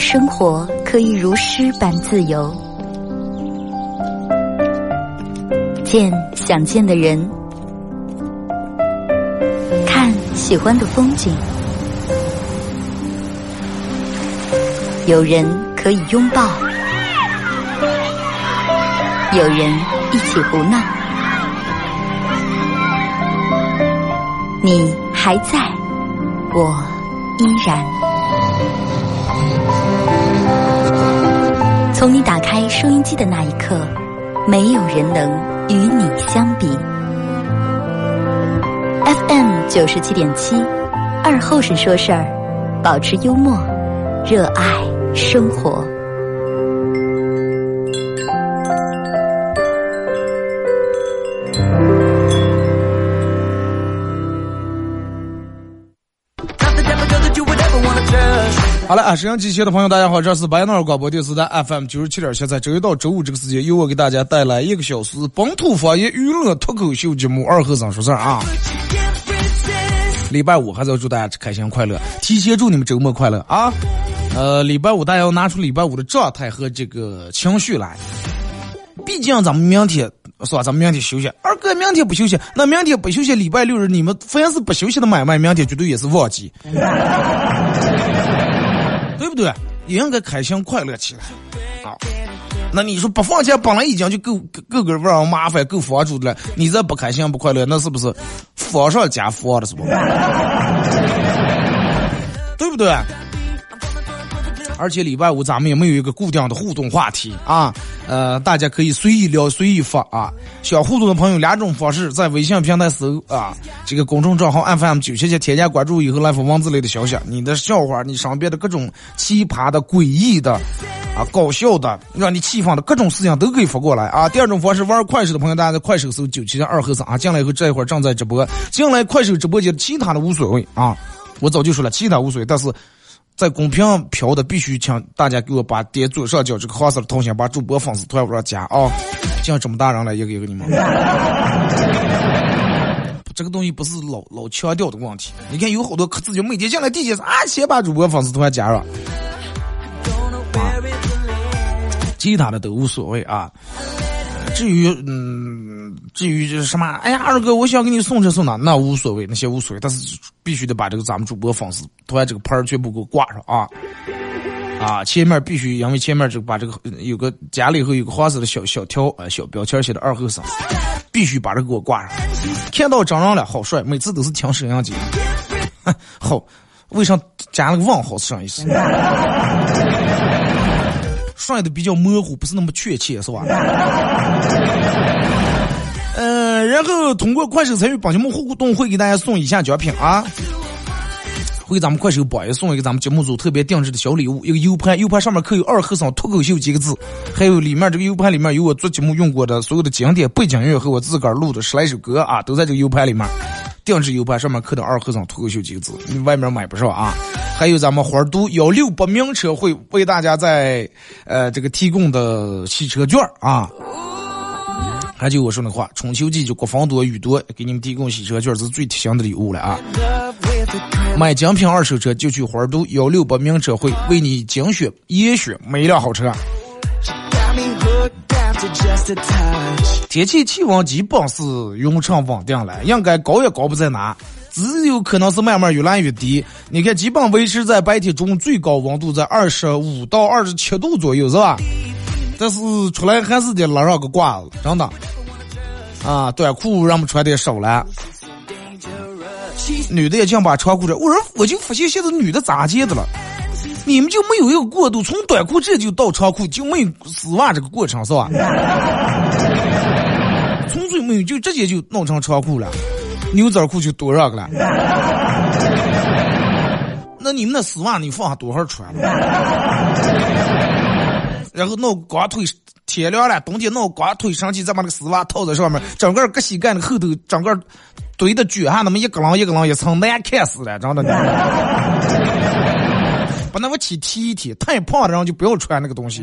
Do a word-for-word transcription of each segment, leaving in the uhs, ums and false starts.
生活可以如诗般自由，见想见的人，看喜欢的风景。有人可以拥抱，有人一起胡闹。你还在，我依然。从你打开收音机的那一刻，没有人能与你相比。F M 九十七点七，二后生说事儿，保持幽默，热爱生活。 好了啊，沈阳机械的朋友大家好，这是白闹广播电视台 F M 九十七点七，在周一到周五这个时间，由我给大家带来一个小时本土方言娱乐脱口秀节目二和尚说事儿啊。礼拜五还是要祝大家开心快乐，提前祝你们周末快乐啊。呃，礼拜五大家要拿出礼拜五的状态和这个情绪来，毕竟咱们明天说咱们明天休息，二哥明天不休息，那明天不休息，礼拜六日你们凡是不休息的买卖，明天绝对也是旺季。对不对？也应该开心快乐起来啊！那你说不放假本来已经就够够个味儿麻烦够房主的了，你再不开心不快乐，那是不是佛上加佛的是不？对不对？而且礼拜五咱们也没有一个固定的互动话题啊，呃，大家可以随意聊随意发啊。想互动的朋友两种方式，在微信平台搜啊这个公众账号 F M 九七七，添加关注以后来发文字类的消息，你的笑话，你身边的各种奇葩的诡异的啊搞笑的让你气愤的各种事情都可以发过来啊。第二种方式，玩快手的朋友大家在快手搜九七七二和尚啊，进来以后这一会儿正在直播，进来快手直播间的其他的无所谓啊，我早就说了其他无所谓，但是在公屏飘的必须请大家给我把点左上角这个黄色的头像把主播粉丝团往上加啊！像这么大人来一个一个你们，这个东西不是老老强调的问题。你看有好多自己每天进来地铁啊，先把主播粉丝团加上，啊，其他的都无所谓啊。至于嗯，至于就是什么，哎呀，二哥，我想给你送这送那，那无所谓，那些无所谓，但是必须得把这个咱们主播粉丝团这个牌全部给我挂上啊啊！前面必须，因为前面这个把这个有个加了以后有个黄色的小小条呃小标签写的二和尚，必须把这个给我挂上。看到真人了，好帅，每次都是听摄像机，好，为啥加了个问号是啥意思？帅的比较模糊，不是那么确切，是吧？呃，然后通过快手参与本节目互动，会给大家送以下奖品啊，会给咱们快手榜也送一个咱们节目组特别定制的小礼物，一个 U 盘 ，U 盘上面刻有二和尚脱口秀几个字，还有里面这个 U 盘里面有我做节目用过的所有的经典背景音乐和我自个儿录的十来首歌啊，都在这个 U 盘里面。定制 U 盘上面刻的二和尚脱口秀几个字，你外面买不上啊。还有咱们花都幺六八名车会为大家在呃这个提供的汽车券啊。还就我说那话，春秋季就国防多雨多，给你们提供汽车券是最贴心的礼物了啊。买精品二手车就去花都幺六八名车会为你精选严选每一辆好车。天气气温基本是永长稳定了，应该高也高不在哪，只有可能是慢慢越来越低。你看基本维持在白天中最高温度在二十五到二十七度左右，是吧？但是出来还是得拉上个褂子，真的啊，短裤让我们穿的少了，女的也想把长裤穿。我说我就发现现在女的咋接的了，你们就没有一个过渡，从短裤这就到长裤，就没有丝袜这个过程，是吧？从最没有就直接就弄成长裤了，牛仔裤就多少个了。那你们那丝袜你放下多少穿了？然后弄光腿，天凉了，冬天弄光腿上去，再把那个丝袜套在上面，整个个膝盖的后头，整个堆的卷下那么一个浪一个浪一层，难看死了，真的。把那么起提一提，太胖的然后就不要穿那个东西。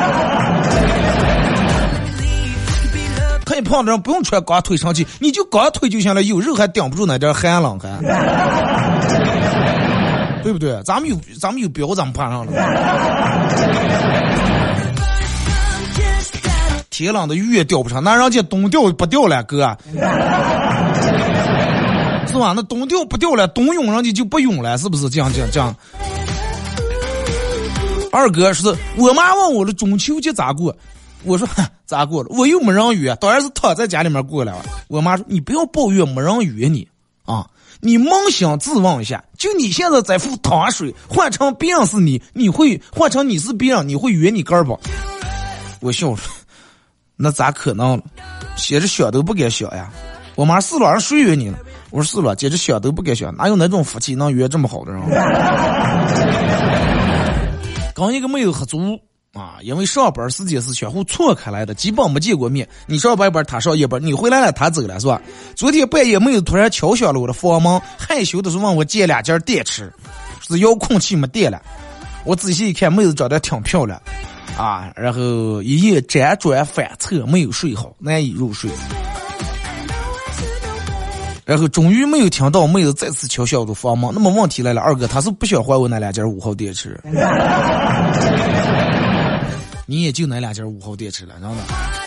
太胖的人不用穿光腿上去，你就光腿就行了，有肉还顶不住那点寒冷还。 对不对？咱们有咱们有标，咱们攀上了。天冷的鱼也钓不上，那人家冬钓不钓了，哥，是吧？那冬钓不钓了，冬泳人家就不泳了，是不是这样这样这样？二哥是我妈问我的中秋节咋过，我说咋过了？我又没人约，当然是躺在家里面过了。我妈说你不要抱怨没人约你啊，你扪想自问一下，就你现在在付糖水，换成别人是你，你会换成你是别人，你会约你干不？我笑说那咋可能了？写着想都不敢想呀！我妈是了，让谁约你了？我说是了，简直想都不敢想，哪有那种福气能约这么好的人？刚一个妹子合租啊，因为上班时间是相互错开来的，基本没见过面。你上班一班，他上一班，你回来了，他走了，是吧？昨天半夜妹子突然敲响了我的房门，害羞的是问我借两件电池，是遥控器没电了。我仔细一看，妹子长得挺漂亮。啊，然后一夜辗转反侧，没有睡好，难以入睡。然后终于没有听到妹子再次敲响我的房门。那么问题来了，二哥，他是不想还我那两件五号电池？你也就那两件五号电池了，然后呢？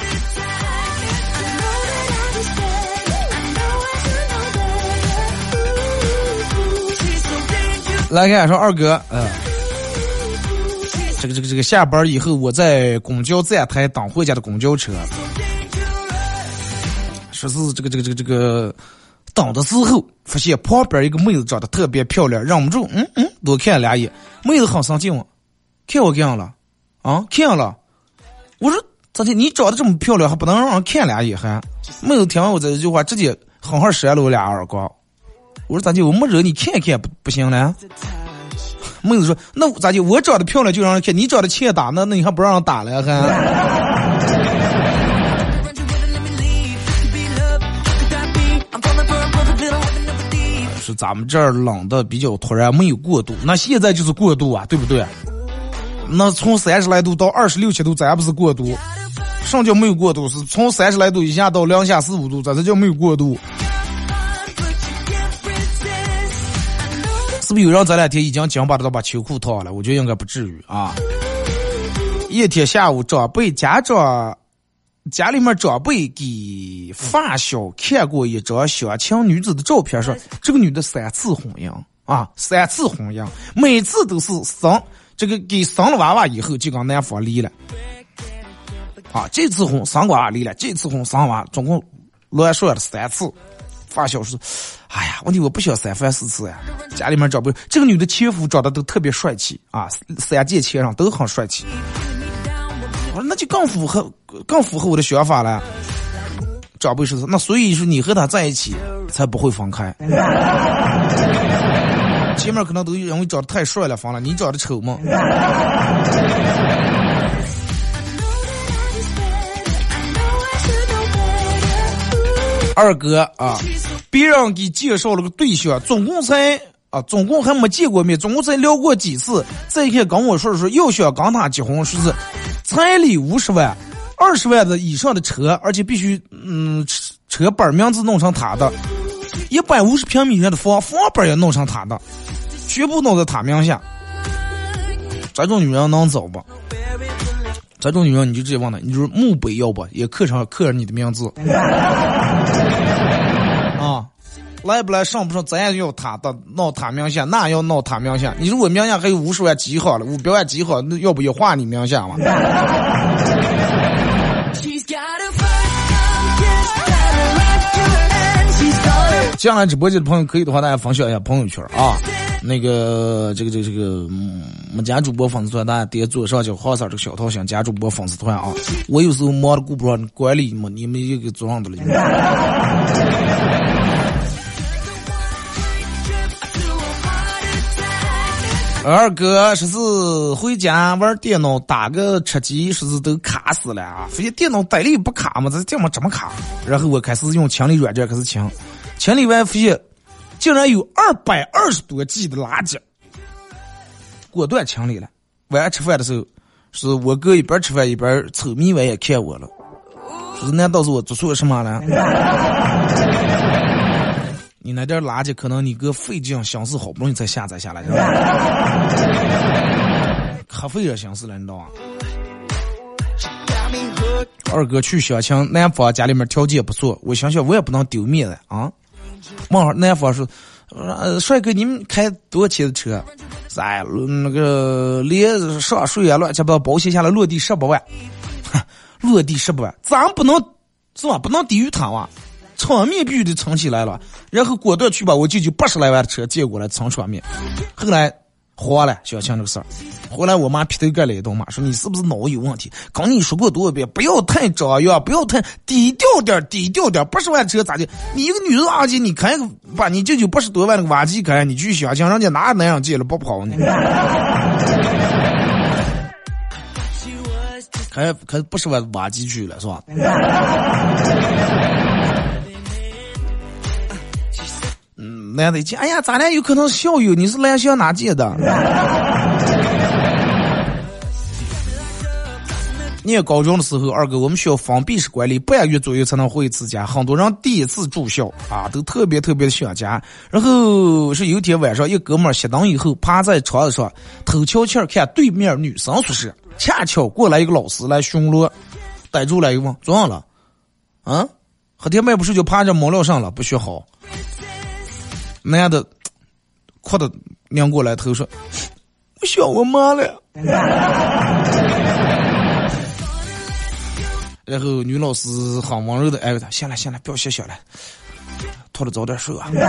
来看说二哥，嗯、呃。这个这个这个下班以后，我在公交站台等回家的公交车，说是这个这个这个这个等的时候，发现旁边一个妹子长得特别漂亮，忍不住嗯嗯多看两眼。妹子很生气我，看我干了啊？看了？我说咋的？你长得这么漂亮，还不能让人看两眼？还妹子听完我这句话，直接狠狠扇了我俩耳光。我说咋的？我没惹你看看不不行了？妹子说：“那咋就我长得漂亮就让人看，你长得欠打，那那你还不让人打了还？”是咱们这儿冷的比较突然，没有过度。那现在就是过度啊，对不对？那从三十来度到二十六七度，咱不是过度。什么叫没有过度？是从三十来度以下到零下四五度，咱这叫没有过度。是不是有人这两天已经讲把到把秋裤套了？我觉得应该不至于啊。一天下午，长辈家长家里面长辈给发小看过一张相亲女子的照片，说这个女的三次婚姻啊，三次婚姻，每次都是生这个给生了娃娃以后就跟男方离了啊，这次婚生娃娃离了，这次婚生娃，总共乱说了三次。发小说：“哎呀，问题我不想三番四次呀。家里面长辈，这个女的前夫长得都特别帅气啊，三届前任都很帅气。我说那就更符合更符合我的想法了。长辈说：那所以说你和他在一起才不会分开。前面可能都认为长得太帅了分了，你长得丑吗？”二哥啊，别人给介绍了个对象，总共才啊，总共还没见过面，总共才聊过几次。再一看跟我说说，要想跟他结婚，说是彩礼五十万，二十万的以上的车，而且必须嗯车本名字弄成他的，一百五十平米的房，房本也弄成他的，全部弄在他名下。这种女人能走不？这种女人你就直接问她，你就是墓碑要不也刻上刻着你的名字啊，来不来上不上咱也要他的闹他名下，那要闹他名下。你说我名下还有五十万记好了，五百万记好，那要不要画你名下嘛？将来直播间的朋友可以的话，大家分享一下朋友圈啊。那个这个这个这个我们家主播粉丝团，大家点左上角黄色这个小头像加主播粉丝团啊。我有时候忙的顾不上管理嘛，你们也给做上的了。二哥说是回家玩电脑打个吃鸡，说是都卡死了啊！发现电脑带力不卡嘛，这电脑怎么卡？然后我开始用清理软件开始清，清理完发现竟然有二百二十多 G 的垃圾，果断清理了。晚上吃饭的时候，是我哥一边吃饭一边瞅迷完也看我了，说是难道是我做错什么了？ 你那点垃圾可能你哥费劲心思好不容易才下载下来，可费了心思了，你知道吗？二哥去相亲，男方家里面条件不错，我想想我也不能丢面子啊。问男方说：“呃，帅哥，你们开多少钱的车？哎，那个连上税啊，乱七八糟保险下来落地十八万，落地十八万，咱不能是吧？不能低于他啊！场面必须得撑起来了，然后果断去把我舅舅八十来万的车借过来撑场面。后来花了小强这个事儿，后来我妈劈头盖脸一顿骂，说你是不是脑有问题？刚你说过多少遍，不要太张扬，不要太低调点，低调点。八十万车咋的？你一个女人垃圾，你开个把你舅舅八十多万那个挖机开，你去小强人家哪那样借了不跑呢？开开八十万挖机去了是吧？男的讲，哎呀，咱俩有可能是校友，你是来校哪届的？念高中的时候，二哥，我们学校封闭式管理，半月左右才能回一次家，很多人第一次住校啊，都特别特别的想家。然后是有一天晚上，一哥们儿熄灯以后，趴在床子上偷悄悄看对面女生宿舍，恰巧过来一个老师来巡逻，逮住了一问，怎么了？啊，和天麦不是就趴着毛料上了，不学好。男的哭的拧过来头说：“我想我妈了。”然后女老师很温柔的安慰他：“行了行了，不要歇歇了，拖着早点睡啊。”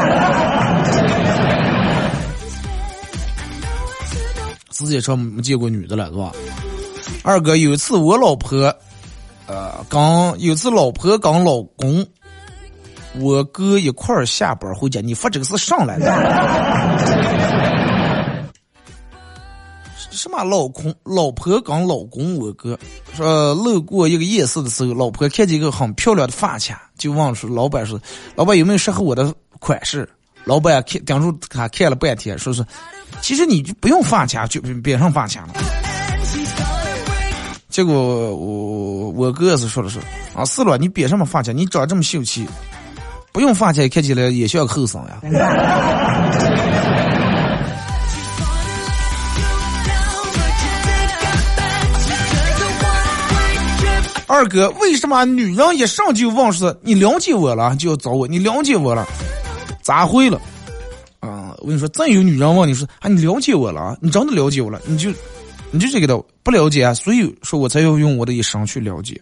时间长没见过女的了是吧？二哥，有一次我老婆，呃，刚有一次老婆跟老公。我哥一块儿下班回家，你发这个是上来的。什么老公老婆跟老公我哥说路过一个夜市的时候，老婆看见一个很漂亮的发卡，就问说老板说老板有没有适合我的款式？老板看盯住他看了半天，说是其实你就不用发卡，就别上发卡了。结果我我哥是说了说啊是了，你别什么发卡，你长这么秀气。不用发卡看起来也像个后生呀。二哥，为什么女人一上就问说你了解我了就要找我？你了解我了，咋会了？啊、呃，我跟你说，真有女人问你说啊，你了解我了？你真的了解我了？你就你就这个的不了解啊，所以说我才要用我的一生去了解。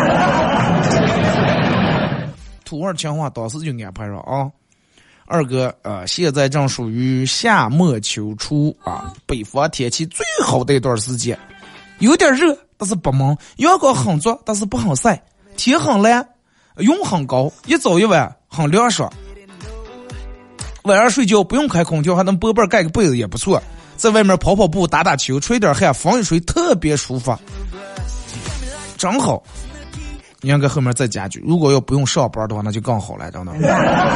土味情话当时就安排了啊，二哥呃，现在正属于夏末秋初啊，北方天气最好的一段时间，有点热，但是不闷，阳光很足，但是不很晒，天很蓝，云很高，一早一晚很凉爽。晚上睡觉不用开空调，还能薄薄盖个被子也不错，在外面跑跑步打打球吹点汗风一吹特别舒服，正好。你应该后面再加句，如果要不用上班的话那就更好了，真的。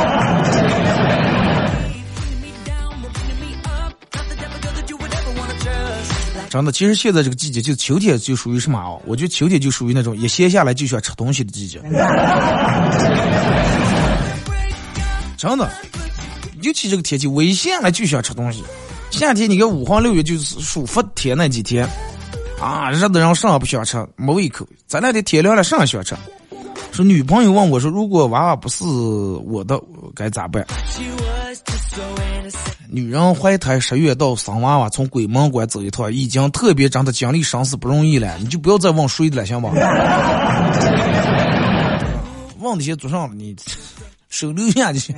真的，其实现在这个季节就秋天就属于什么啊？我觉得秋天就属于那种一歇下来就喜欢吃东西的季节。真的，尤其这个天气我一下来就喜欢吃东西。夏天你看五黄六月就是属伏天那几天啊，热的人上不喜欢吃，没胃口。咱俩的天凉了上喜欢吃。说女朋友问我说，如果娃娃不是我的该咋办？女人怀胎十月到生娃娃，从鬼门关走一趟，已经特别长的经历生死不容易了，你就不要再问谁的了，行吧？问那些祖上你手留下就行。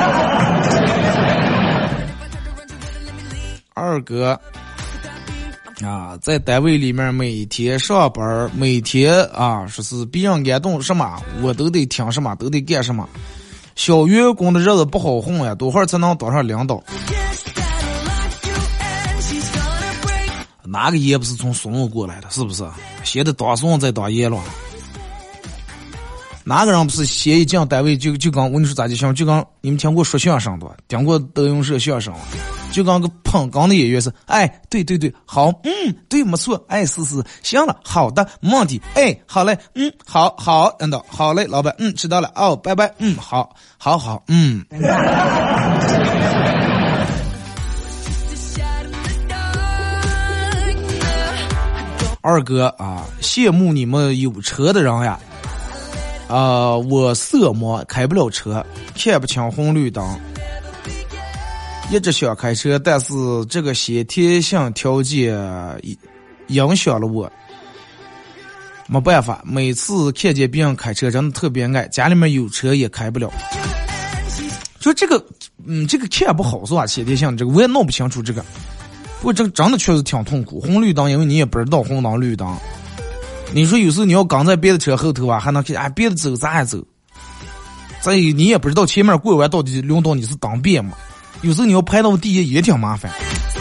二哥啊，在单位里面每天上班，每天啊说是别人感动什么，我都得听什么，都得干什么。小员工的日子不好混呀，多会儿才能当上领导？哪个爷不是从孙悟过来的？是不是？先得当孙再当爷了。 哪个人不是写一进单位就就刚我跟你说咋就行？就刚你们听过说相声的吧？听过德云社相声，就刚个捧哏的演员是，哎，对对对，好，嗯，对，没错，哎，是是，行了，好的，没问题，哎，好嘞，嗯，好好，嗯的，好嘞，老板，嗯，知道了，哦，拜拜，嗯，好，好好，嗯。二哥啊，羡慕你们有车的人呀！啊、呃，我色盲，开不了车，看不清红绿灯，一直想开车，但是这个先天性条件影响了我，没办法，每次看见别人开车真的特别爱，家里面有车也开不了。就这个，嗯，这个看不好是吧？先天性这个我也弄不清楚这个。不过这个真的确实挺痛苦，红绿灯因为你也不知道红灯绿灯，你说有时候你要刚在别的车后头啊，还能看哎别的走咱还走，再你也不知道前面过弯到底轮到你是当边嘛，有时候你要排到第一也挺麻烦。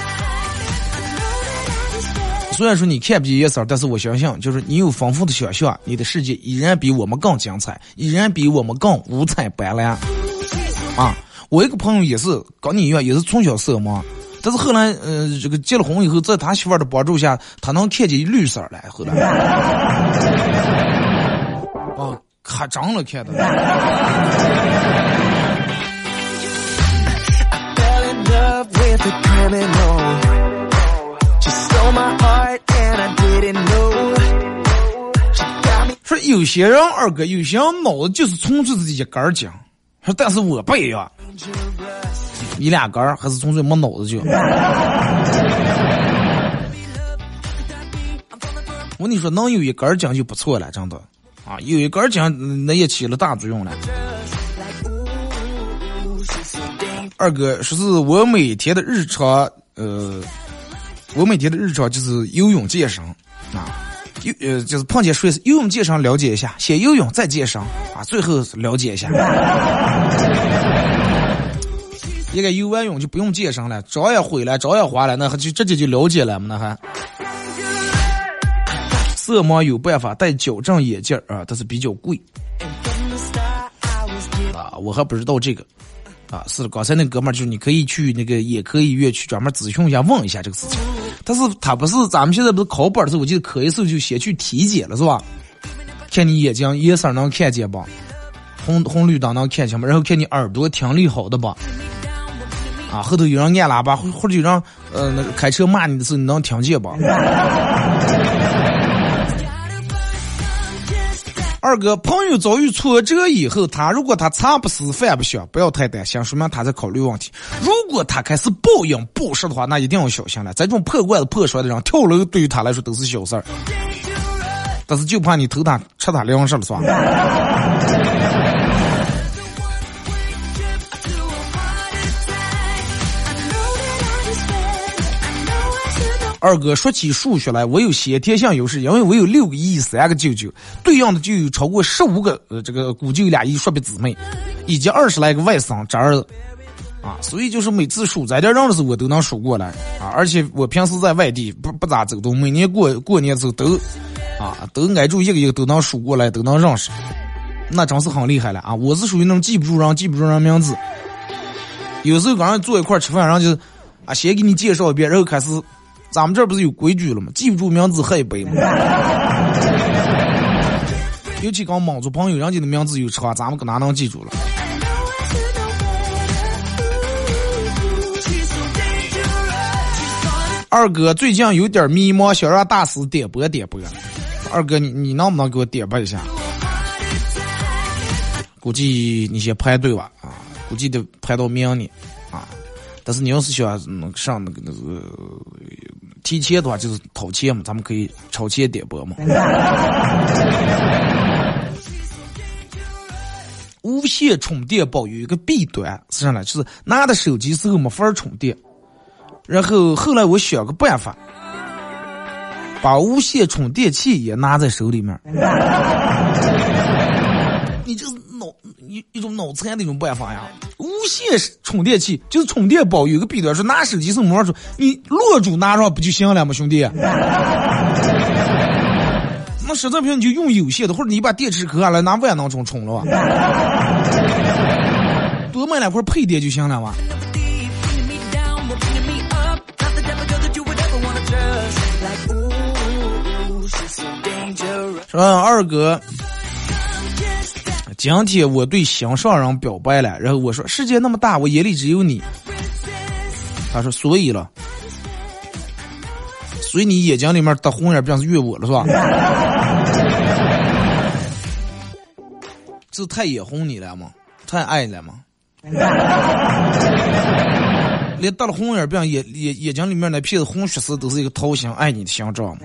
虽然说你看不见颜色，但是我相信就是你有丰富的想象，你的世界依然比我们更精彩，依然比我们更五彩斑斓啊！我一个朋友也是跟你一样，也是从小色盲。但是后来，呃，这个结了婚以后，在他媳妇儿的帮助下，他能看见绿色来。后来，哦，可长了看的。说有些人二哥，有些人脑子就是纯粹自己一根儿筋。说但是我不一样。一俩杆儿还是纯粹没脑子就。我跟你说，能有一根筋就不错了，真的啊，有一根筋那也起了大作用了。二哥说是我每天的日常，呃，我每天的日常就是游泳健身啊，游呃就是碰见水游泳健身了解一下，先游泳再健身啊，最后了解一下。一个游完泳就不用健身了，照样回来，照样滑了，那就直接就了解了嘛，那还。色盲有办法戴矫正眼镜啊，但是比较贵。啊，我还不知道这个。啊，是的，刚才那哥们儿就是你可以去那个眼科医院去专门咨询一下，问一下这个事情。但是他不是咱们现在不是考本的时候，我记得可以时候就先去体检了是吧？看你眼睛颜色能看见吧，红红绿灯能看清吧，然后看你耳朵听力好的吧。啊，后头有人按喇叭，或或者有人呃那个开车骂你的时候，你能听见吧？二哥，朋友遭遇挫折以后，他如果他茶不思饭不想，不要太担心，说明他在考虑问题。如果他开始报应暴食的话，那一定要小心了。这种破罐子破摔的人，跳楼对于他来说都是小事儿，但是就怕你偷他吃他粮食了，是吧？二哥，说起数学来，我有先天性优势，因为我有六个姨三个舅舅，对应的就有超过十五个呃这个姑舅俩姨叔伯姊妹，以及二十来个外甥侄儿子啊，所以就是每次数在这让的时候我都能数过来啊，而且我平时在外地不不咋走动，每年过过年的时候都啊都挨住一个一个都能数过来，都能认识，那真是很厉害了啊！我是属于那种记不住人记不住人名字，有时候跟人坐一块吃饭，然后就啊先给你介绍一遍，然后开始。咱们这儿不是有规矩了吗？记不住名字喝一杯嘛。尤其刚莽族朋友，人家的名字有长，咱们可哪能记住了？二哥最近有点迷茫，想让大师点播点播。二哥，你你能不能给我点播一下？估计你先排队吧，啊，估计得排到明年啊。但是你要是想上那个那个提前的话，就是掏钱嘛，咱们可以超前点播嘛。无线充电宝有一个弊端是啥呢？就是拿的手机时候没法充电。然后后来我想个办法，把无线充电器也拿在手里面。你这是脑一一种脑残的一种办法呀！无线充电器就是充电宝，有个弊端是拿手机是没法说，你落住拿上不就行了吗，兄弟？ 那实在不行你就用有线的，或者你把电池壳下来拿万能充充了吧，多买两块配电就行了吧。说二哥，今天我对心上人表白了，然后我说世界那么大，我眼里只有你。他说所以了，所以你眼睛里面的红眼变成越我了是吧？这太眼红你了吗？太爱你了吗？连到了红眼变眼眼眼睛里面那片子红血丝都是一个掏心爱你的象征。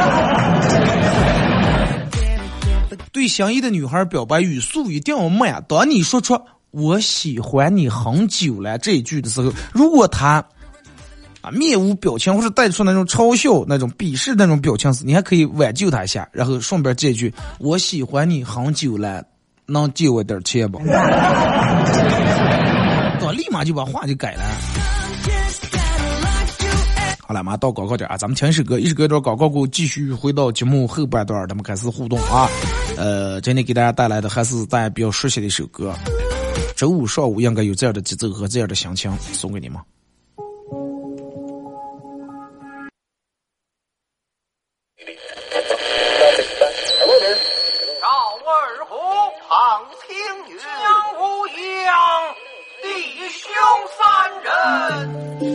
对相依的女孩表白语速一定要慢，当你说出我喜欢你很久了这一句的时候，如果他啊面无表情或者带出那种嘲笑那种鄙视那种表情时，你还可以挽救他一下，然后顺便这句我喜欢你很久了，能借我点钱不？我立马就把话就改了。好了，马上到广告点啊，咱们听一首歌，一首歌段广告过后继续回到节目后半段，咱们开始互动啊。呃，今天给大家带来的还是大家比较熟悉的一首歌，周五上午应该有这样的节奏和这样的心情，送给你们。 赵二虎庞青云江无恙弟兄三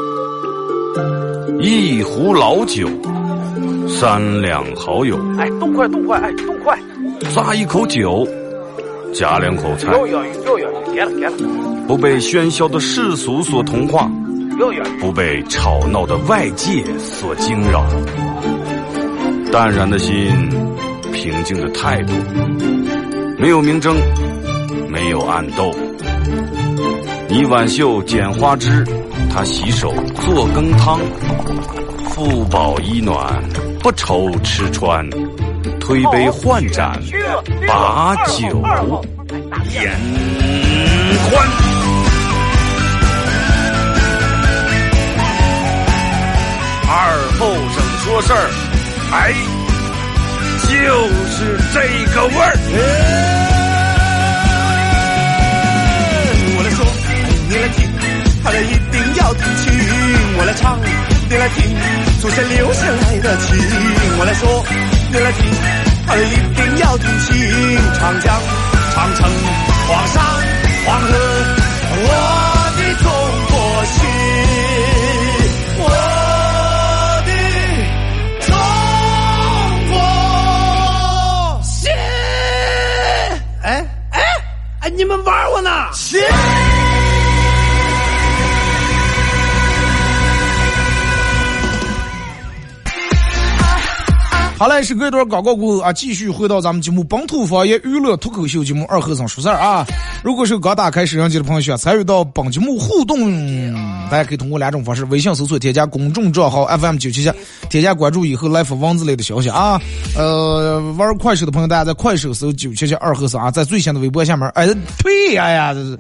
人， 一壶老酒，三两好友。 哎，动快动快，哎，动快！ 咂一口酒，夹两口菜。 又有又有，给了给了。 不被喧嚣的世俗所同化， 又有不被吵闹的外界所惊扰。淡然的心，平静的态度，没有明争，没有暗斗。你挽袖剪花枝，他洗手做羹汤，腹饱衣暖，不愁吃穿，推杯换盏，把酒言欢。二后生说事儿，哎，就是这个味儿。 我来说，你来听，他的一定要听清。我来唱，你来听，祖先留下来的情。我来说，你来听，他的一定要听清。长江、长城、黄山、黄河，我的中国心，我的中国心。哎哎哎，你们玩我呢？心。 好嘞，是隔段广告过后啊，继续回到咱们节目本土方言娱乐脱口秀节目二和尚说事儿啊。如果是刚打开摄像机的朋友，想参与到本节目互动，大家可以通过两种方式：微信搜索添加公众账号 F M 九七七，添加关注以后来发文字类的消息啊。呃，玩快手的朋友，大家在快手搜九七七二和尚啊，在最新的微博下面，哎，对呀呀，这是，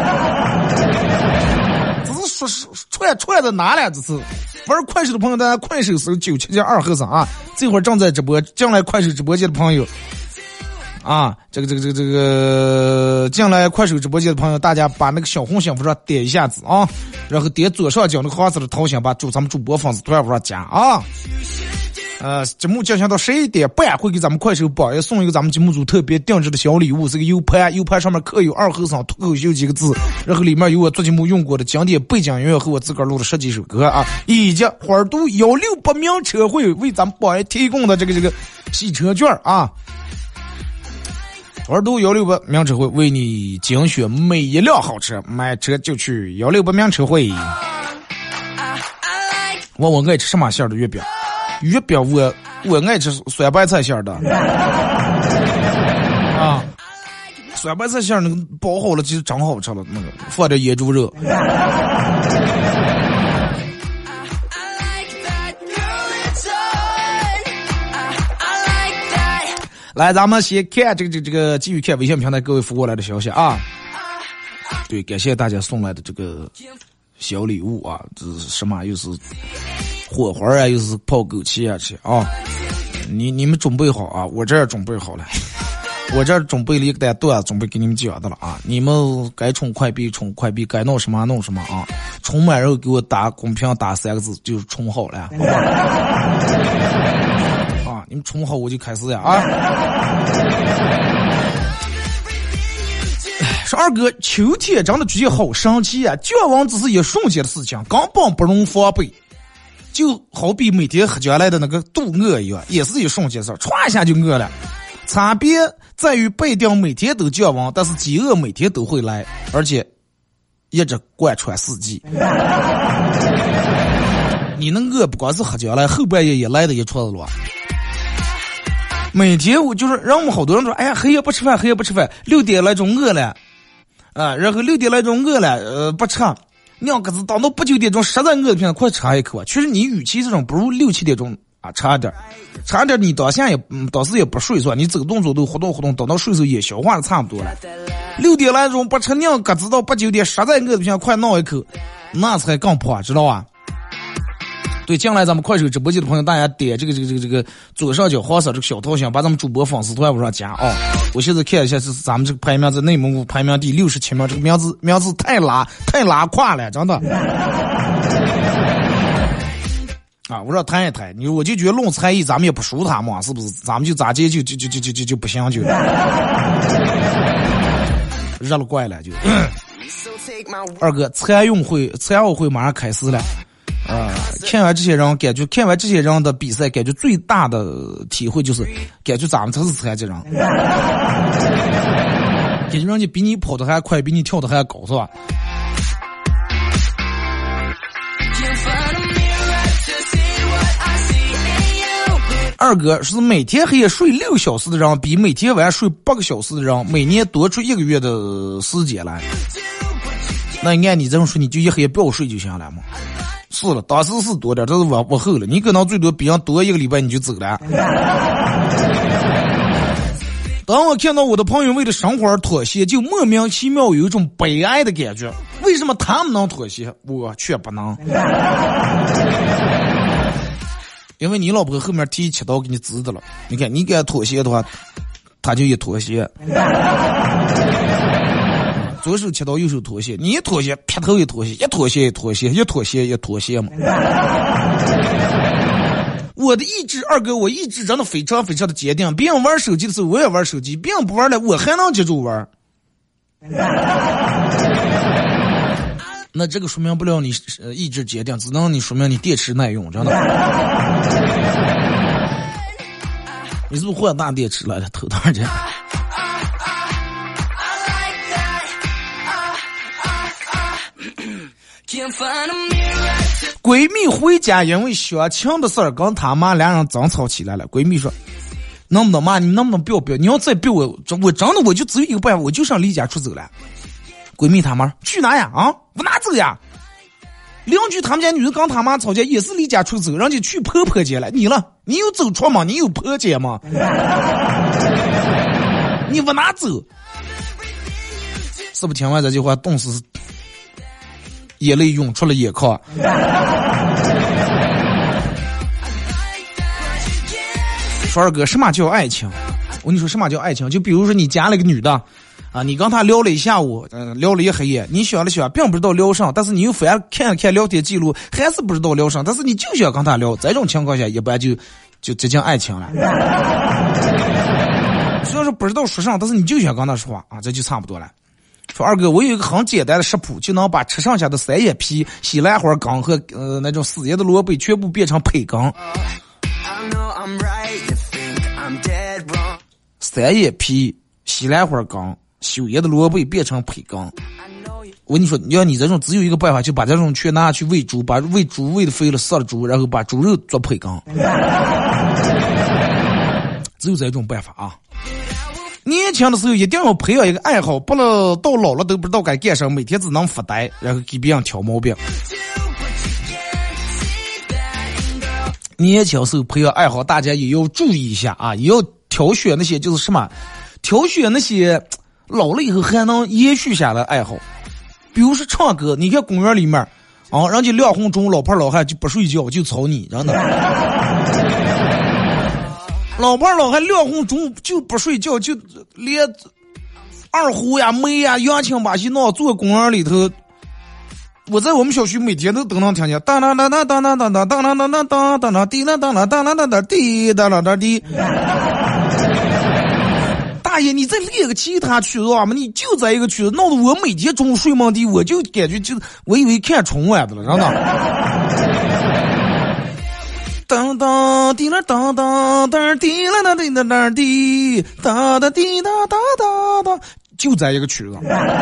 这是说说串串的哪了？这是。玩快手的朋友，大家快手搜九七七二和尚啊！这会儿正在直播，进来快手直播间的朋友啊，这个这个这个这个进来快手直播间的朋友，大家把那个小红心符上点一下子啊，然后点左上角那个黄色的头像，把主咱们主播粉丝团符上加啊。呃，节目进行到十一点半，会给咱们快手榜也送一个咱们节目组特别定制的小礼物，是个 U 盘 ，U 盘上面刻有二和尚脱口秀几个字，然后里面有我做节目用过的经典背景音乐和我自个儿录的十几首歌啊，以及花都幺六八名车会为咱们榜也提供的这个这个洗车券啊，花都幺六八名车会为你精选每一辆好车，买车就去幺六八名车会。问我爱吃什么馅的月饼？月饼我我爱吃酸白菜馅的啊，酸白菜馅那个包好了其实真好吃了，那个放点野猪肉。来，咱们先看这个这个这个继续看微信平台各位发过来的消息啊。对，感谢大家送来的这个小礼物啊，这是什么？又是火花啊，又是泡枸杞啊，吃啊， 你你们准备好啊，我这儿准备好了。我这准备了一个单段，准备给你们讲的了啊！你们该充快币充快币，该弄什么弄什么啊！充满后给我打公屏打三个字，就是充好了，好不好？啊，你们充好我就开始呀啊！说二哥，秋天真的觉得好神奇啊！降温只是一瞬间的事情，根本不容防备，就好比每天喝下来的那个肚饿一样，也是一瞬间事，歘一下就饿了。差别在于不一定每天都降温，但是饥饿每天都会来，而且一直贯穿四季。你那饿不光是喝酒来，后半夜也来的一撮子了。每天我就是让我们好多人说，哎呀，黑夜不吃饭，黑夜不吃饭，六点来钟饿了，啊，然后六点来钟饿了，呃，不吃。娘可是等到八九点钟实在饿的，快吃一口啊！其实你与其这种，不如六七点钟。啊，差点，差点，你当下也，嗯，当时也不睡算，你走动走动，活动活动，等到睡时候也消化的差不多了。六点来钟不吃娘，可知道八九点实在饿的不行，快闹一口，那才更破，知道吧？对，将来咱们快手直播间的朋友，大家点这个这个这个这个左上角黄色这个小头像，把咱们主播粉丝团往上加啊、哦！我现在看一下，是咱们这个排名在内蒙古排名第六十七名，这个名字名字太拉太拉胯了，真的。啊，我说谈一谈，你我就觉得论才艺咱们也不输他嘛，是不是？咱们就咋接就就就就就就就不行就，热了怪了就。二哥，残运会残奥会马上开始了，啊、呃，看完这些人，感觉看完这些人的比赛，感觉最大的体会就是，感觉咱们才是残疾人，感觉人家比你跑得还快，比你跳得还高，是吧？二哥是每天黑夜睡六小时的人，比每天晚上睡八个小时的人，每年多出一个月的时间来。那按你这么说，你就一黑夜不要睡就行了嘛？是了，当时是多点，这是往往后了。你可能最多比人多一个礼拜你就走了。当我看到我的朋友为了生活而妥协，就莫名其妙有一种悲哀的感觉。为什么他们能妥协，我却不能？因为你老婆后面提七刀给你指的了，你看你给他妥协的话，他就一妥协，左手切刀右手妥协，你一妥协劈头一妥协，一妥协一妥协，一妥协一妥协嘛。我的意志，二哥，我意志真的非常非常的坚定。别人玩手机的时候我也玩手机，别人不玩了我还能接住玩。那这个说明不了你呃意志坚定，只能你说明你电池耐用，真的。你是不是换大电池来了？头多少钱？闺蜜回家因为相亲的事儿跟他妈俩人争吵起来了。闺蜜说：“能不能妈，你能不能不要不要？你要再逼我，我真的我就只有一个办法，我就想离家出走了。”闺蜜他妈去哪呀？啊，往哪走呀？邻居他们家女人跟他妈吵架也是离家出走，人家去婆婆家了。你了，你有走错吗？你有婆家吗？你往哪走？是不是听完这句话，顿时眼泪涌出了眼眶？说二哥，什么叫爱情？我跟你说，什么叫爱情？就比如说你加了个女的。啊，你跟他聊了一下午，嗯、呃，聊了一黑夜，你想了想，并不知道聊上，但是你又反而看了看聊天记录，还是不知道聊上，但是你就想跟他聊，这种情况下，一般就就接近爱情了。虽然说不知道说上，但是你就想跟他说话啊，这就差不多了。说二哥，我有一个很简单的食谱，就能把吃剩下的三叶皮、西兰花羹和呃那种死叶的萝卜全部变成培根。三叶皮、西兰花羹。修叶的萝卜变成培根，我跟你说，要你这种只有一个办法，就把这种全拿去喂猪，把喂猪喂的肥了杀了猪，然后把猪肉做培根，只有这种办法啊！年轻的时候一定要培养一个爱好，不了到老了都不知道该干什么，每天只能发呆，然后给别人挑毛病。年轻时候培养爱好，大家也要注意一下啊，也要挑选那些就是什么，挑选那些。老了以后还能延续下来爱好，比如说唱歌，你看公园里面啊，人家亮红钟老婆老汉就不睡觉就吵你，真的。 老伴老还亮红中午就不睡觉，就连二胡呀、梅呀、扬琴把戏闹坐公园里头。我在我们小区每天都都能听见当当当当当当当当当当当当当当当滴当当当当当当当滴当当当滴。大爷，你再列个其他曲子啊嘛？你就在一个曲子，闹得我每天中午睡梦地，我就感觉就我以为看春晚的了，真的。当当滴啦当当当滴啦当滴啦当滴当当滴哒哒哒哒，就在一个曲子。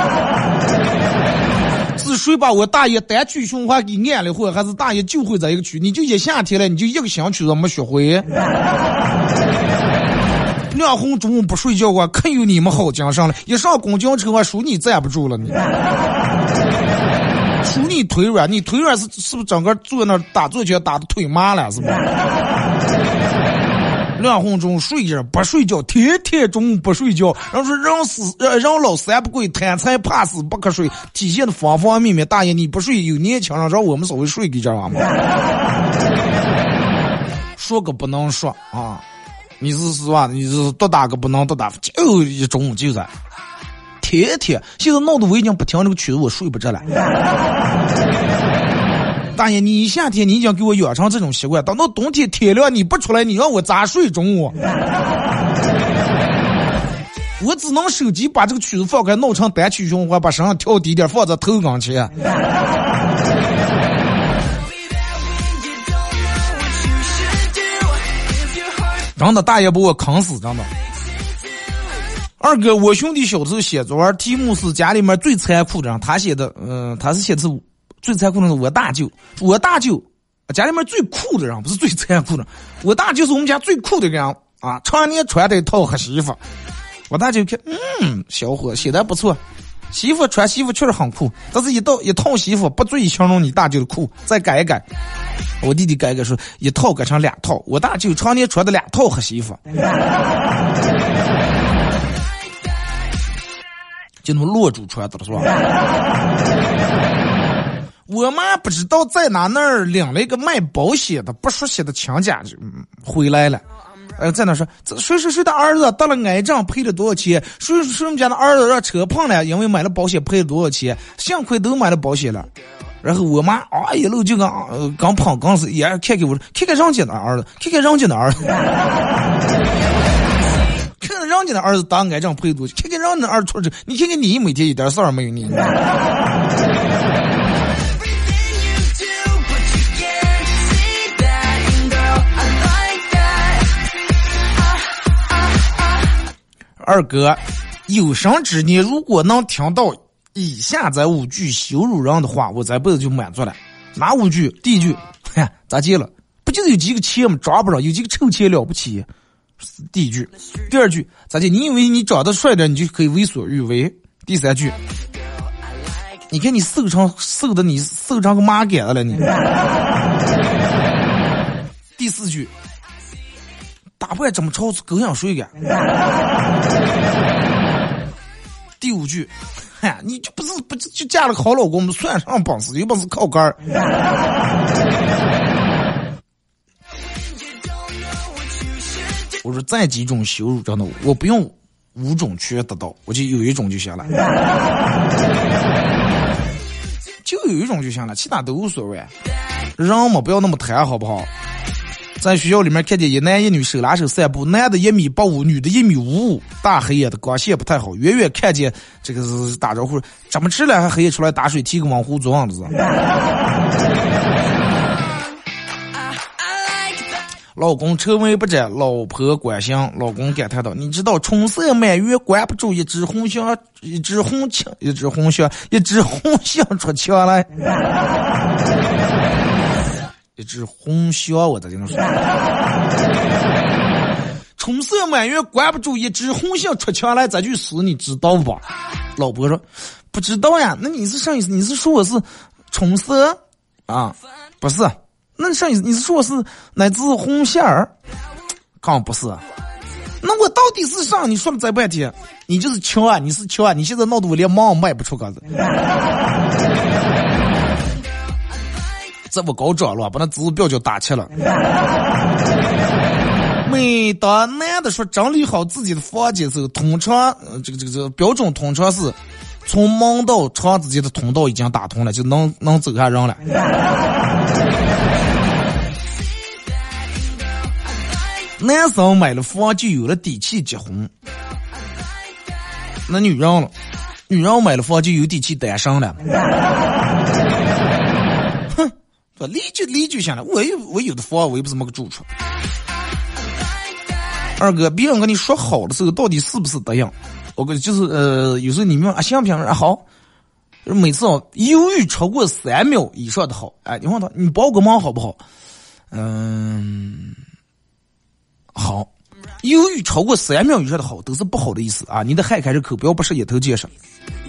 是谁把我大爷单曲循环给按了，或者还是大爷就会在一个曲？你就一夏天了，你就一个新曲子没学会。亮红中午不睡觉啊，可有你们好精神了！一上公交车啊，数你站不住了，你数你腿软，你腿软是是不是整个坐那打坐拳打的腿麻了，是不是？亮红中午睡着不睡觉，天天中午不睡觉，然后说人死人老三不跪，贪财怕死不可睡，体现的方方面面。大爷你不睡，有年轻人让我们稍微睡给这样吗？说个不能说啊！你是实话，你是多打个不能多打，就一中午就在，天天现在闹得我已经不听这个曲子，我睡不着了。大爷，你夏天你已经给我养成这种习惯，等到冬天天亮你不出来，你让我咋睡中午？我只能手机把这个曲子放开，弄成单曲循环，把声音调低点，放在头钢前。真的，大爷把我坑死，真的。二哥，我兄弟小时候写作文，题目是家里面最残酷的人，他写的，嗯、呃，他是写的是最残酷的是我大舅，我大舅家里面最酷的人，不是最残酷的，我大舅是我们家最酷的人啊，常年穿的一套黑西服。我大舅看，嗯，小伙写的不错，媳妇穿媳妇确实很酷，但是一套一套媳妇不足以形容你大舅的酷，再改一改。我弟弟改改说一套改成两套，我大舅常年穿的两套黑媳妇，就那么落主穿的了是吧？我妈不知道在哪那儿领了一个卖保险的不熟悉的亲家就回来了。呃，在那说谁谁谁的儿子得了癌症赔了多少钱，谁谁我们家的儿子让车碰了，因为买了保险赔了多少钱，幸亏都买了保险了。然后我妈啊一路就刚呃刚碰刚是也看看我看看人家的儿子，看看人家的儿子，看看人家的儿子得癌症赔多少，看看人家的儿子出这，你看看你每天一点事儿没有你。二哥，有生之年如果能听到以下这五句羞辱人的话，我这辈子就满足了。哪五句？第一句，哎，咋接了？不就是有几个钱吗？抓不着，有几个臭钱了不起？第一句。第二句，咋接？你以为你长得帅点，你就可以为所欲为？第三句，你看你瘦成瘦的，你瘦成个麻杆子了你。第四句。打不来怎么超狗养水感？第五句，嗨，你就不是不就嫁了个好老公，我们算上本事，有本事靠杆儿。我说再几种羞辱真的，我不用五种全得到，我就有一种就行了，就有一种就行了，其他都无所谓。人嘛，不要那么贪，好不好？在学校里面看见一男一女手拉手散步，男的一米八五，女的一米五五，大黑夜的光线不太好，远远看见这个是打招呼，怎么吃了还黑夜出来打水提个网壶做样子。老公愁眉不展，老婆关心，老公感叹道：“你知道春色满园关不住一只红香，一只红枪，一只红香，一只红香出墙来。”一只红香，我在这说。春色满园关不住一只红香出墙来，这句诗你知道吧？老婆说不知道呀。那你是上意思？你是说我是春色啊？不是。那上意思你是说我是乃至红线儿？刚不是。那我到底是上？你说了再半天，你就是穷啊！你是穷啊！你现在闹得我连忙卖不出个子。这么高涨了，把那指标就打起了。 每当男的说整理好自己的房间时候，通常、呃、这个这个这个标准通常是从门到窗之间的通道已经打通了，就能能走下人了。男生买了房就有了底气结婚，那女人了，女人买了房就有底气单身了。哼，离就离就行了，我有我有的房我又不是没个住处。二哥，别人跟你说好的时候，到底是不是这样？我跟就是呃，有时候你们啊行不行啊好，每次哦犹豫超过三秒以上的好，哎，你问他你帮个忙好不好？嗯，好，犹豫超过三秒以上的好都是不好的意思啊！你得害开这口，不要不是眼头见上。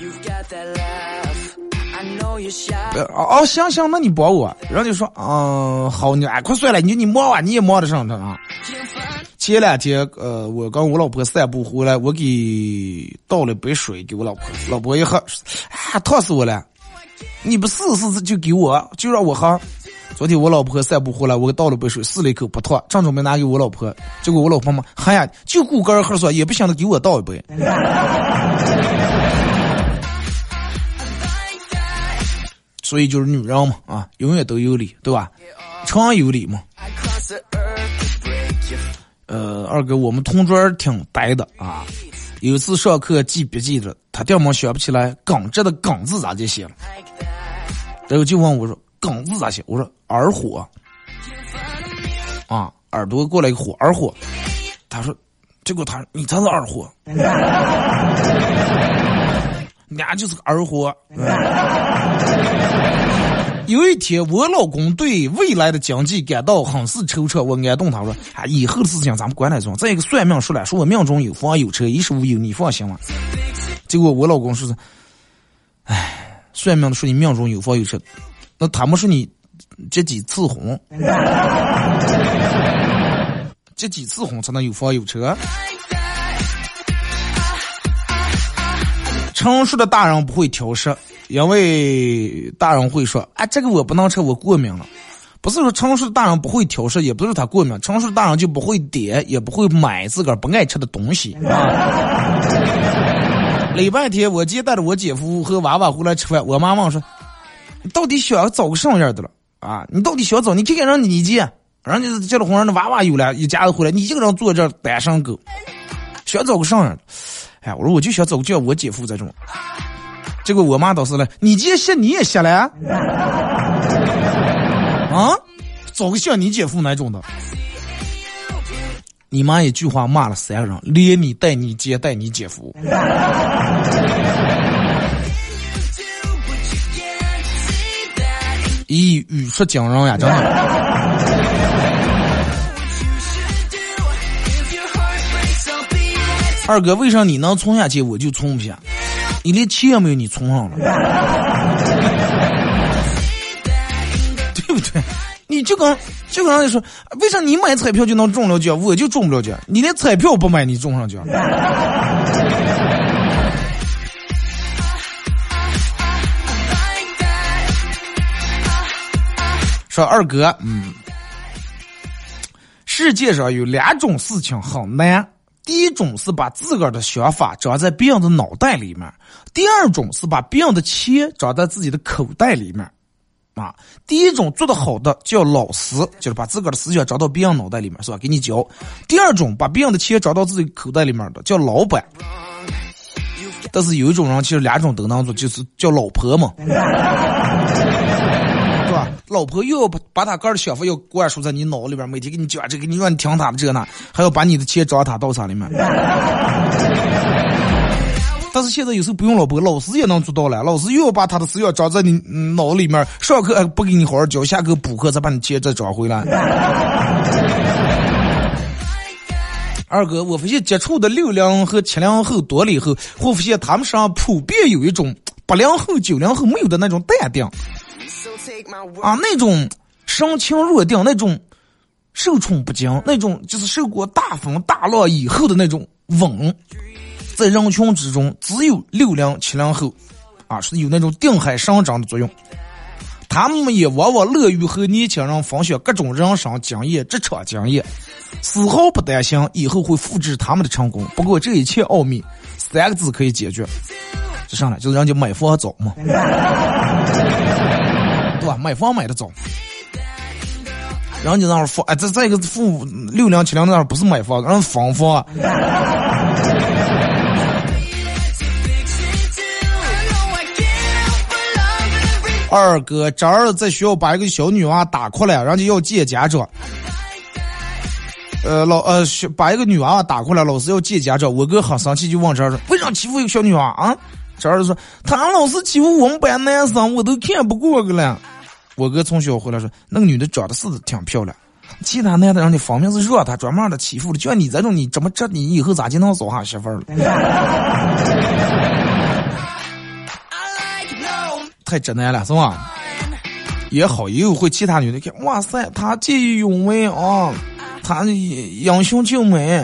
哦哦，行行，那你帮我，然后就说嗯、呃、好，你哎快算了，你你忙啊，你也忙得上他啊。前两天，呃，我跟我老婆散步回来，我给倒了杯水给我老婆，老婆一喝，啊，烫死我了！你不试试就给我，就让我喝。昨天我老婆散步回来，我给倒了杯水，试了一口不烫，正准备拿给我老婆，结果我老婆嘛，哎呀，就顾个人喝水，也不想着给我倒一杯。所以就是女人嘛，啊，永远都有理，对吧？常有理嘛。呃，二哥，我们同桌挺呆的啊。有一次上课记笔记的，他掉毛想不起来“耿”这的“耿”字咋就写了，然后就问我说：“耿”字咋写？”我说：“耳火。”啊，耳朵过来一个火，耳火。他说：“结果他你才是二货，俩就是个二货。”有一天，我老公对未来的经济感到很是惆怅。我安顿他说：“啊，以后的事情咱们管他中。再一个算命说了，说我命中有房有车，衣食无忧，你放心了。”结果我老公说：“哎，算命的说你命中有房有车，那他们说你结几次婚？结几次婚才能有房有车？”成熟的大人不会挑食。因为大人会说啊，这个我不能吃，我过敏了。不是说成熟的大人不会挑食，也不是他过敏，成熟的大人就不会点，也不会买自个儿不爱吃的东西啊。礼拜天我接带着我姐夫和娃娃回来吃饭，我妈问说：“你到底想要找个什么样的了啊？你到底想找？你看看让你姐，人家结了婚，人的娃娃有了，一家子回来，你一个人坐这单身狗，想找个什么样的？哎，我说我就想找个像我姐夫这种。”结果我妈倒是了，你这些你也下来啊？啊，找个像你姐夫那种的。你妈一句话骂了三个人，连你带你姐带你姐夫。咦，语出惊人呀，真的。二哥，为啥你能冲下去，我就冲不下？你连气也没有，你冲上了，对不对？你就跟就跟人家说，为啥你买彩票就能中了奖，我就中不了奖？你连彩票不买，你中上奖？说二哥，嗯，世界上有两种事情很难。第一种是把自个儿的想法装在别人的脑袋里面，第二种是把别人的钱装在自己的口袋里面。啊，第一种做得好的叫老师，就是把自个儿的思想装到别人脑袋里面，是吧？给你教。第二种把别人的钱装到自己口袋里面的叫老板。但是有一种人其实两种都能做，就是叫老婆嘛。对吧？老婆又要把他个人的想法要灌输在你脑里边，每天给你讲这个，你让你听他的这个呢，还要把你的钱装他到啥里面。但是现在有时候不用老婆，老师也能做到了。老师又要把他的思想装在你脑里面，上课不给你好好教，下课补课再把你钱再找回来。二哥，我发现接触的六零和七零后多了以后，我发现他们身上普遍有一种八零后、九零后没有的那种淡定。啊，那种神情若定，那种受宠不惊，那种就是受过大风大浪以后的那种稳，在人群之中，只有六零七零后啊是有那种定海神针的作用。 他们也往往乐于和年轻人分享各种人生经验、职场经验，丝毫不担心以后会复制他们的成功。不过这一切奥秘，三个字可以解决，这上来就是人家买房早嘛，对吧？买房买的早，人家那儿房，哎，这这个付六零七零那儿不是买房，人房房。二哥这儿在学校把一个小女娃打过来，人家要见家长。呃，老呃把一个女娃娃打过来，老师要见家长。我哥很生气，就问这儿说：“为啥欺负一个小女娃啊？”这儿说：“他老是欺负我们班男生，我都看不过去了。”我哥从小回来说：“那个女的长得是挺漂亮，其他男的让你方面是热她，专门的欺负了。就像你这种，你怎么这你以后咋就能找下媳妇儿了？”太直男了是吧？也好，也有会其他女的看，哇塞，他见义勇为啊，他英雄救美。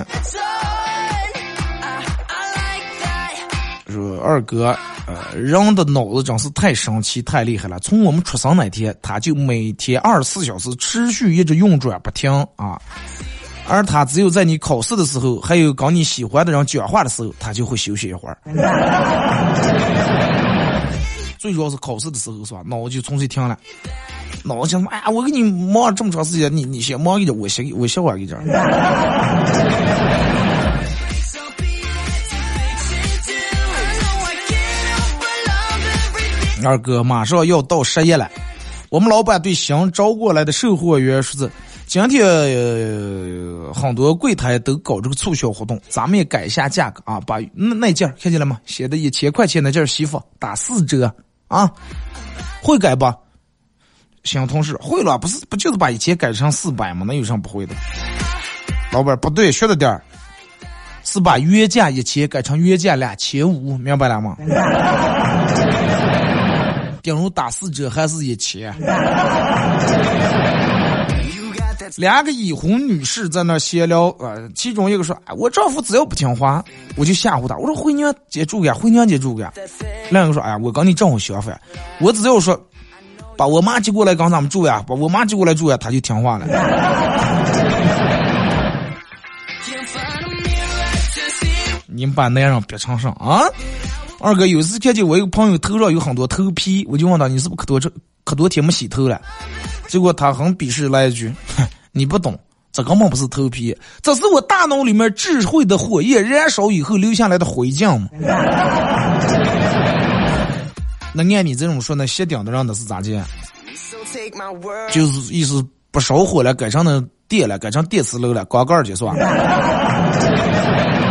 说二哥，呃，人的脑子真是太神奇、太厉害了。从我们出生那天，他就每天二十四小时持续一直运转不停啊。而他只有在你考试的时候，还有跟你喜欢的人讲话的时候，他就会休息一会儿。最主要是考试的时候是吧？脑子就从这停了，脑子想哎呀，我给你忙了这么长时间，你你先忙一点，我先我先玩一点。二哥马上要到十一了，我们老板对新招过来的售货员说是今天、呃、很多柜台都搞这个促销活动，咱们也改一下价格啊，把那那件看见了吗？写的一千块钱的件西服打四折啊，会改吧？新同事会了，不是不就是把一千改成四百吗？那有啥不会的？老板不对，学了点儿，是把原价一千改成原价两千五，明白了吗？顶如打四折还是一千。两个已婚女士在那闲聊，呃，其中一个说：“哎，我丈夫只要不听话，我就吓唬他。我说回娘家住呀，回娘家住呀。”另一个说：“哎呀，我跟你正好相反，我只要说把我妈接过来跟咱们住呀，把我妈接过来住呀，他就听话了。”你们把男人别成上啊！二哥有一次看见我一个朋友头上有很多头皮，我就问他你是不是可多可多天没洗头了？结果他很鄙视来一句：“你不懂，这根本不是头皮，这是我大脑里面智慧的火焰燃烧以后留下来的灰烬嘛。”那按你这种说，那谢顶的人那是咋介？就是意思不烧火了，改成那电了，改成电磁炉了，刮盖就算了。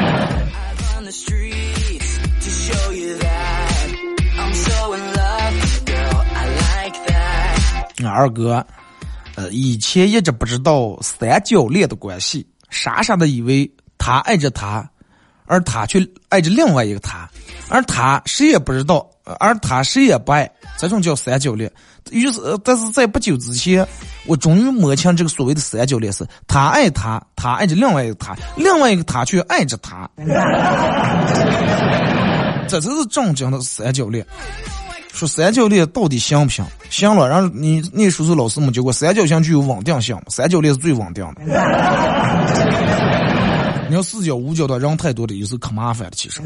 二哥，呃，以前一直不知道三角恋的关系，傻傻的以为他爱着他，而他却爱着另外一个他，而他谁也不知道，而他谁也不爱，这种叫三角恋。于是，但是在不久之前，我终于摸清这个所谓的三角恋是：他爱他，他爱着另外一个他，另外一个他却爱着他，这才是正经的三角恋。说三角恋到底行不行？行了，然后你那叔叔老师们教过，三角形具有稳定性，三角恋是最稳定的。你要四角五角的人太多的，有时候可麻烦了。其实，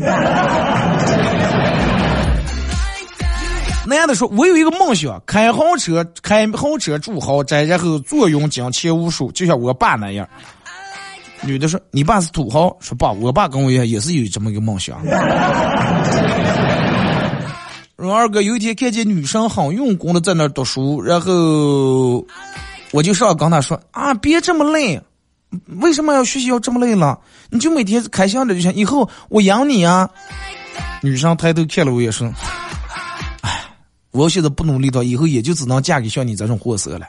男的说：“我有一个梦想，开豪车，开豪车住豪宅，然后坐拥金钱无数，就像我爸那样。”女的说：“你爸是土豪？”说：“爸，我爸跟我一样，也是有这么一个梦想。”然后二哥有一天看见女生很用功的在那儿读书，然后我就上跟他说：“啊，别这么累，为什么要学习要这么累了？你就每天开心的就行，以后我养你啊。”女生抬头看了我也说：“哎，我现在不努力的，以后也就只能嫁给像你这种货色了。”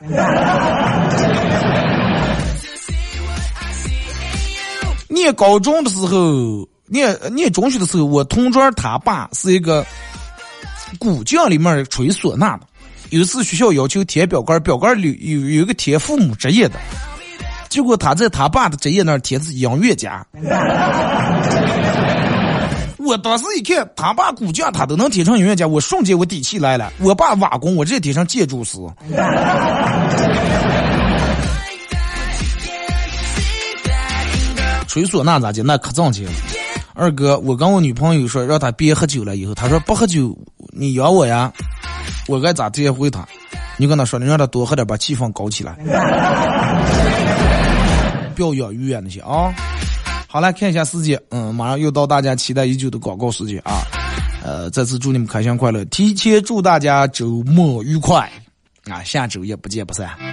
念高中的时候，念念中学的时候，我同桌他爸是一个古将里面吹唢呐的。有一次学校要求填表格，表格里有有一个填父母职业的，结果他在他爸的职业那儿填是音乐家。 我当时一看，他爸骨架他都能贴上音乐家，我瞬间我底气来了。我爸瓦工，我直接贴上建筑师。吹唢呐咋的？那可挣钱了。二哥，我跟我女朋友说让她别喝酒了，以后她说不喝酒，你养我呀？我该咋接回她？你跟她说，你让她多喝点，把气氛搞起来。不要养鱼啊那些啊。好了，看一下时间，嗯，马上又到大家期待已久的广告时间啊。呃，再次祝你们开箱快乐，提前祝大家周末愉快啊！下周也不见不散。